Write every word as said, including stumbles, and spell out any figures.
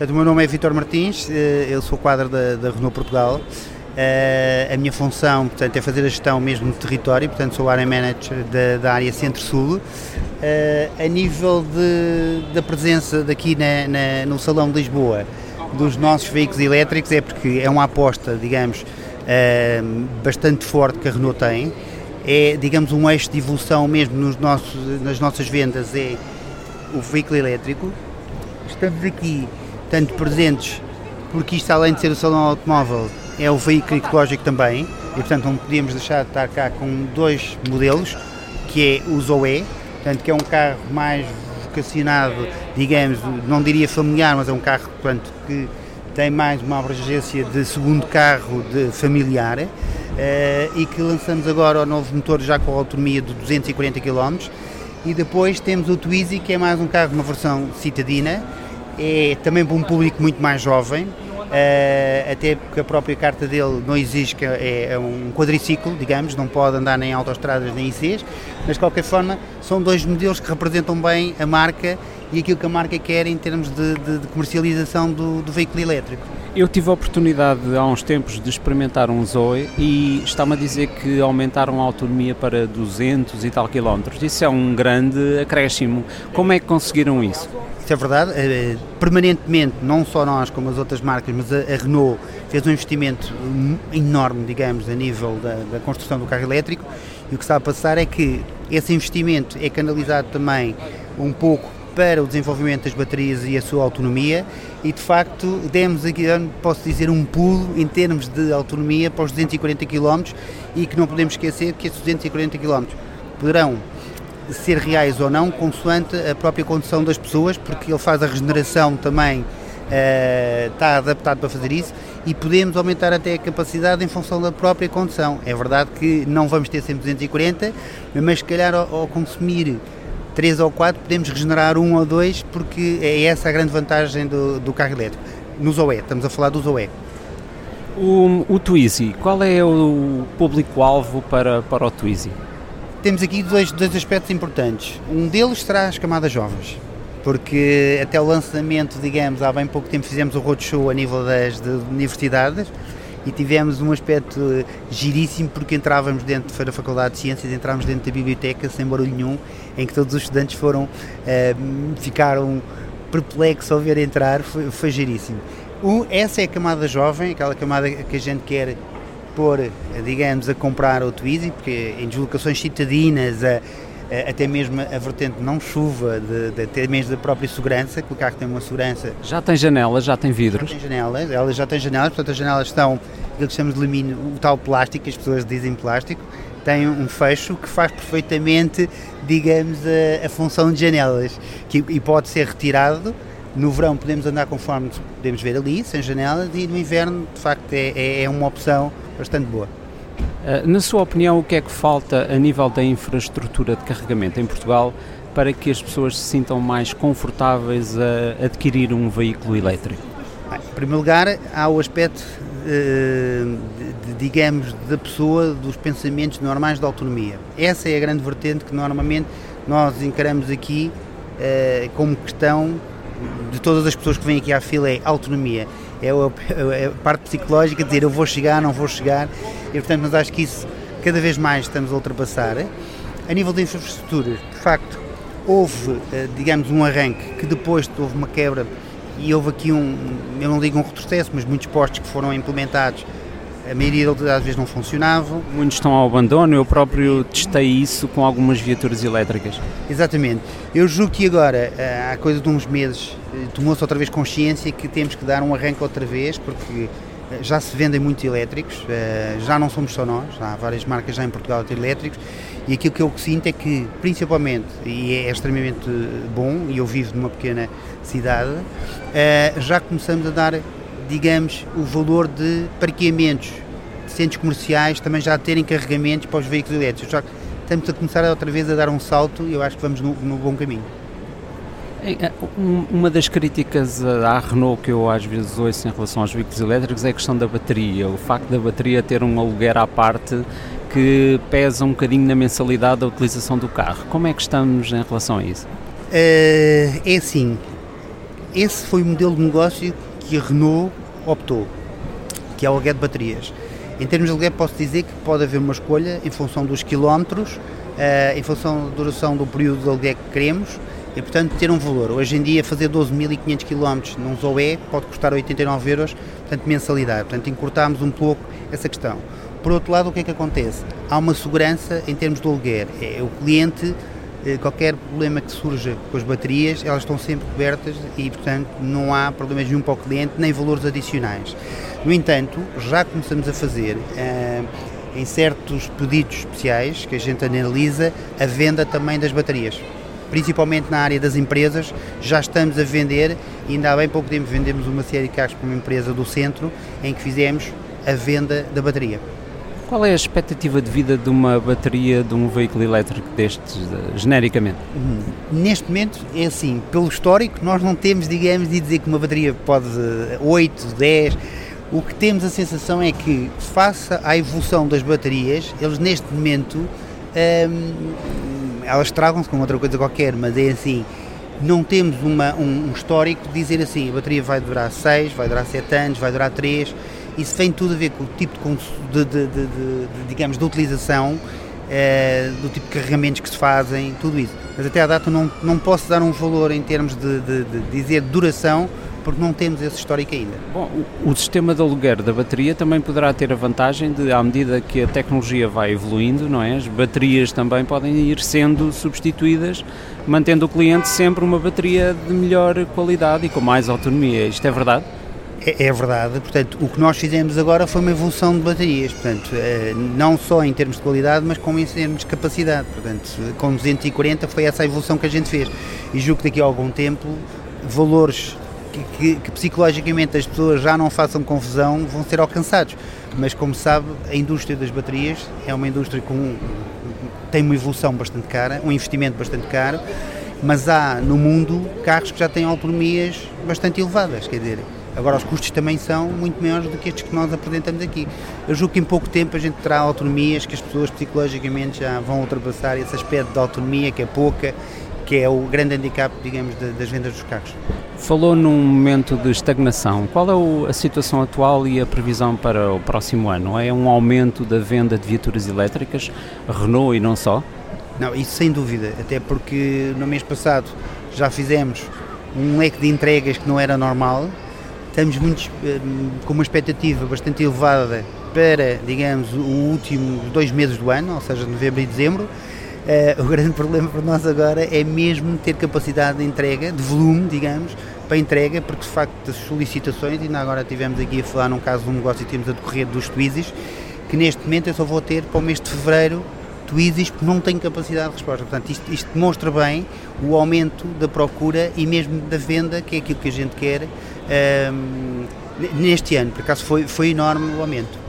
Portanto, o meu nome é Vítor Martins, eu sou quadro da, da Renault Portugal. A minha função, portanto, é fazer a gestão mesmo do território, portanto sou Area Manager da, da área Centro-Sul. A nível de, da presença daqui na, na, no Salão de Lisboa dos nossos veículos elétricos, é porque é uma aposta, digamos, bastante forte que a Renault tem. É, digamos, um eixo de evolução mesmo nos nossos, nas nossas vendas, é o veículo elétrico. Estamos aqui, tanto presentes, porque isto, além de ser o salão automóvel, é o veículo ecológico também, e portanto não podíamos deixar de estar cá com dois modelos, que é o Zoe, portanto, que é um carro mais vocacionado, digamos, não diria familiar, mas é um carro, portanto, que tem mais uma abrangência de segundo carro de familiar, uh, e que lançamos agora o novo motor já com a autonomia de duzentos e quarenta quilómetros, e depois temos o Twizy, que é mais um carro, uma versão citadina, é também para um público muito mais jovem, uh, até porque a própria carta dele não exige, que é, é um quadriciclo, digamos, não pode andar nem em autoestradas nem em I Cs, mas de qualquer forma são dois modelos que representam bem a marca e aquilo que a marca quer em termos de, de, de comercialização do, do veículo elétrico. Eu tive a oportunidade há uns tempos de experimentar um Zoe e está-me a dizer que aumentaram a autonomia para duzentos e tal quilómetros. Isso é um grande acréscimo. Como é que conseguiram isso? Isso é verdade. Permanentemente, não só nós como as outras marcas, mas a Renault fez um investimento enorme, digamos, a nível da, da construção do carro elétrico, e o que está a passar é que esse investimento é canalizado também um pouco para o desenvolvimento das baterias e a sua autonomia, e de facto demos aqui, posso dizer, um pulo em termos de autonomia para os duzentos e quarenta quilómetros, e que não podemos esquecer que esses duzentos e quarenta quilómetros poderão ser reais ou não, consoante a própria condução das pessoas, porque ele faz a regeneração também, uh, está adaptado para fazer isso, e podemos aumentar até a capacidade em função da própria condução. É verdade que não vamos ter sempre duzentos e quarenta, mas se calhar ao, ao consumir três ou quatro podemos regenerar um ou dois, porque é essa a grande vantagem do, do carro elétrico. No Zoe, estamos a falar do Zoe. O, o Twizy, qual é o público-alvo para, para o Twizy? Temos aqui dois, dois aspectos importantes. Um deles será as camadas jovens, porque até o lançamento, digamos, há bem pouco tempo fizemos o roadshow a nível das de universidades, e tivemos um aspecto giríssimo, porque entrávamos dentro da Faculdade de Ciências, entrávamos dentro da biblioteca sem barulho nenhum, em que todos os estudantes foram, uh, ficaram perplexos ao ver entrar, foi, foi giríssimo. Um, essa é a camada jovem, aquela camada que a gente quer pôr, digamos, a comprar o Twizy, porque em deslocações citadinas, a, a, até mesmo a vertente não chuva, de, de, até mesmo da própria segurança, que o carro tem uma segurança. Já tem janelas, já tem vidros? Já tem janelas, elas já têm janelas, portanto as janelas estão, aquilo que chamamos de alumínio, o tal plástico, as pessoas dizem plástico, tem um fecho que faz perfeitamente, digamos, a, a função de janelas, que, e pode ser retirado. No verão podemos andar conforme podemos ver ali, sem janelas, e no inverno, de facto, é, é uma opção bastante boa. Na sua opinião, o que é que falta a nível da infraestrutura de carregamento em Portugal para que as pessoas se sintam mais confortáveis a adquirir um veículo elétrico? Em primeiro lugar, há o aspecto, de, de, digamos, da pessoa, dos pensamentos normais da autonomia. Essa é a grande vertente que normalmente nós encaramos aqui como questão de todas as pessoas que vêm aqui à fila, é autonomia. É a, é a parte psicológica de dizer eu vou chegar, não vou chegar, e portanto mas acho que isso cada vez mais estamos a ultrapassar. A nível de infraestruturas, de facto, houve, digamos, um arranque que depois houve uma quebra e houve aqui um, eu não digo um retrocesso, mas muitos postos que foram implementados, a maioria deles às vezes não funcionavam. Muitos estão ao abandono, eu próprio testei isso com algumas viaturas elétricas. Exatamente. Eu julgo que agora, há coisa de uns meses, tomou-se outra vez consciência que temos que dar um arranque outra vez, porque já se vendem muitos elétricos, já não somos só nós, há várias marcas já em Portugal a ter elétricos, e aquilo que eu sinto é que, principalmente, e é extremamente bom, e eu vivo numa pequena cidade, já começamos a dar, digamos, o valor de parqueamentos de centros comerciais também já terem carregamentos para os veículos elétricos. Já estamos a começar outra vez a dar um salto e eu acho que vamos no, no bom caminho. Uma das críticas à Renault que eu às vezes ouço em relação aos veículos elétricos é a questão da bateria, o facto da bateria ter um aluguer à parte que pesa um bocadinho na mensalidade da utilização do carro. Como é que estamos em relação a isso? Uh, é assim, esse foi o modelo de negócio que a Renault optou, que é o aluguer de baterias. Em termos de aluguer, posso dizer que pode haver uma escolha em função dos quilómetros, uh, em função da duração do período de aluguer que queremos, e portanto ter um valor. Hoje em dia fazer doze mil e quinhentos quilómetros num Zoe pode custar oitenta e nove euros, portanto mensalidade, portanto encurtámos um pouco essa questão. Por outro lado, o que é que acontece? Há uma segurança em termos de aluguer, é o cliente, qualquer problema que surja com as baterias, elas estão sempre cobertas e portanto não há problemas nenhum para o cliente, nem valores adicionais. No entanto, já começamos a fazer uh, em certos pedidos especiais que a gente analisa a venda também das baterias. Principalmente na área das empresas, já estamos a vender, e ainda há bem pouco tempo vendemos uma série de carros para uma empresa do centro, em que fizemos a venda da bateria. Qual é a expectativa de vida de uma bateria de um veículo elétrico destes, genericamente? Uhum. Neste momento, é assim, pelo histórico, nós não temos, digamos, de dizer que uma bateria pode oito, dez... O que temos a sensação é que, face à evolução das baterias, eles neste momento, hum, elas tragam-se com outra coisa qualquer, mas é assim, não temos uma, um, um histórico de dizer assim, a bateria vai durar seis, vai durar sete anos, vai durar três, isso tem tudo a ver com o tipo de, de, de, de, de digamos, de utilização, eh, do tipo de carregamentos que se fazem, tudo isso. Mas até à data não, não posso dar um valor em termos de, de, de dizer duração, porque não temos esse histórico ainda. Bom, o, o sistema de aluguer da bateria também poderá ter a vantagem de, à medida que a tecnologia vai evoluindo, não é? As baterias também podem ir sendo substituídas, mantendo o cliente sempre uma bateria de melhor qualidade e com mais autonomia. Isto é verdade? É, é verdade, portanto, o que nós fizemos agora foi uma evolução de baterias, portanto, não só em termos de qualidade, mas como em termos de capacidade, portanto, com duzentos e quarenta foi essa a evolução que a gente fez, e julgo que daqui a algum tempo, valores que, que, que psicologicamente as pessoas já não façam confusão, vão ser alcançados, mas como sabe, a indústria das baterias é uma indústria com, tem uma evolução bastante cara, um investimento bastante caro, mas há no mundo carros que já têm autonomias bastante elevadas, quer dizer, agora os custos também são muito maiores do que estes que nós apresentamos aqui. Eu julgo que em pouco tempo a gente terá autonomias que as pessoas psicologicamente já vão ultrapassar esse aspecto de autonomia que é pouca, que é o grande handicap, digamos, das vendas dos carros. Falou num momento de estagnação. Qual é o, a situação atual e a previsão para o próximo ano? É um aumento da venda de viaturas elétricas, Renault e não só? Não, isso sem dúvida, até porque no mês passado já fizemos um leque de entregas que não era normal. Estamos muito, com uma expectativa bastante elevada para, digamos, o último dois meses do ano, ou seja, novembro e dezembro. Uh, o grande problema para nós agora é mesmo ter capacidade de entrega, de volume, digamos, para entrega, porque de facto as solicitações, ainda agora estivemos aqui a falar num caso de um negócio que temos a decorrer dos Twizzys, que neste momento eu só vou ter para o mês de fevereiro Twizzys, porque não tenho capacidade de resposta. Portanto, isto, isto demonstra bem o aumento da procura e mesmo da venda, que é aquilo que a gente quer um, neste ano. Por acaso foi, foi enorme o aumento.